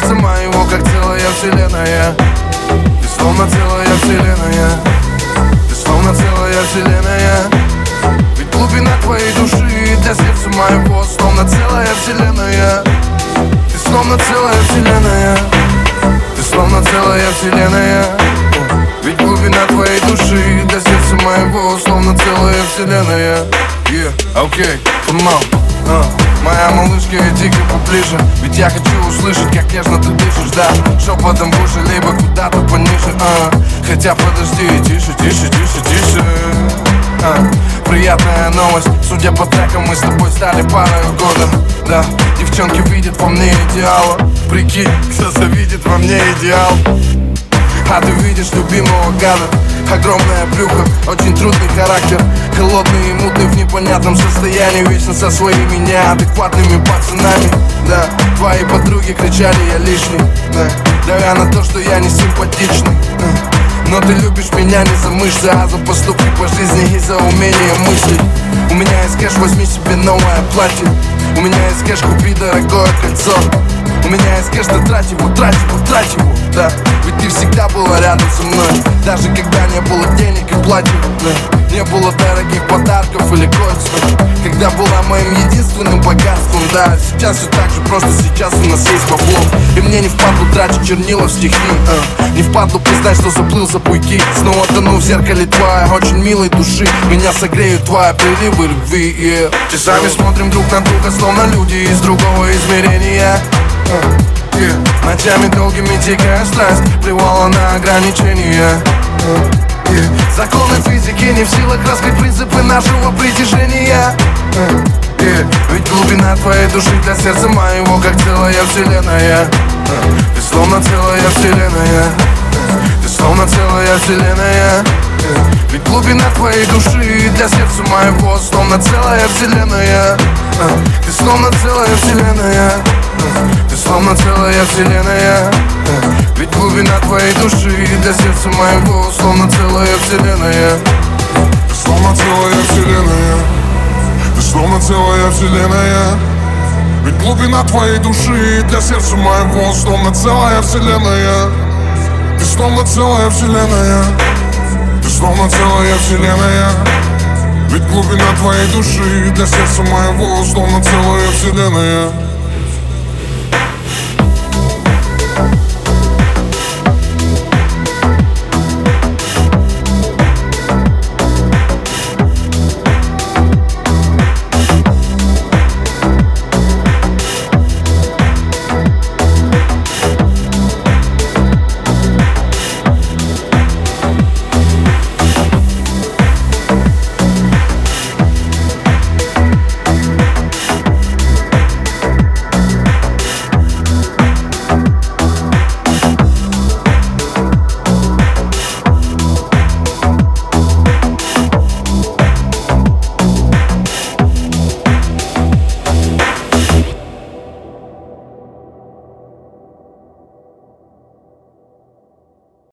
сердца моего, как целая вселенная. Ты словно целая вселенная. Ты словно целая вселенная. Ведь глубина твоей души для сердца моего словно целая вселенная. Ты словно целая вселенная. Ты словно целая вселенная. Ведь глубина твоей души для сердца моего словно целая вселенная. Yeah, okay, come on. Моя малышка, иди-ка поближе. Ведь я хочу услышать, как нежно ты дышишь, да. Шепотом в уши, либо куда-то пониже. Хотя подожди, тише, тише, тише, тише. Приятная новость, судя по трекам, мы с тобой стали парой года. Да, девчонки видят во мне идеал. Прикинь, кто-то видит во мне идеал. А ты видишь любимого гада. Огромное брюхо, очень трудный характер. Холодный и мутный в непонятном состоянии. Вечно со своими неадекватными пацанами. Да, твои подруги кричали, я лишний. Да, давя на то, что я не симпатичный. Но ты любишь меня не за мышцы, а за поступки по жизни и за умение мыслить. У меня есть кэш, возьми себе новое платье. У меня есть кэш, купи дорогое кольцо. У меня есть кэш, ты трать его, трать его, трать его, да. Ведь ты всегда была рядом со мной. Даже когда не было денег и платьев, да. Не было дорогих подарков или кольцев. Когда была моим единственным богатством, да. Сейчас все так же, просто сейчас у нас есть бабло. И мне не впадло тратить чернила в стихи, не впадло признать, что заплыл за буйки. Снова тону в зеркале твоей очень милой души. Меня согреют твои приливы любви, yeah. Часами смотрим друг на друга, словно люди из другого измерения. Ночами долгими дикая страсть плевала на ограничения. Законы физики не в силах раскрыть принципы нашего притяжения. Ведь глубина твоей души для сердца моего, как целая вселенная. Ты словно целая вселенная. Ты словно целая вселенная. Ведь глубина твоей души для сердца моего словно целая вселенная. Ты словно целая вселенная. Ты словно целая вселенная. Ведь глубина твоей души для сердца моего словно целая вселенная. Ты словно целая вселенная. Ты словно целая вселенная. Ведь глубина твоей души для сердца моего словно целая вселенная. Ты словно целая вселенная. Ты словно целая вселенная. Ведь глубина твоей души для сердца моего словно целая вселенная.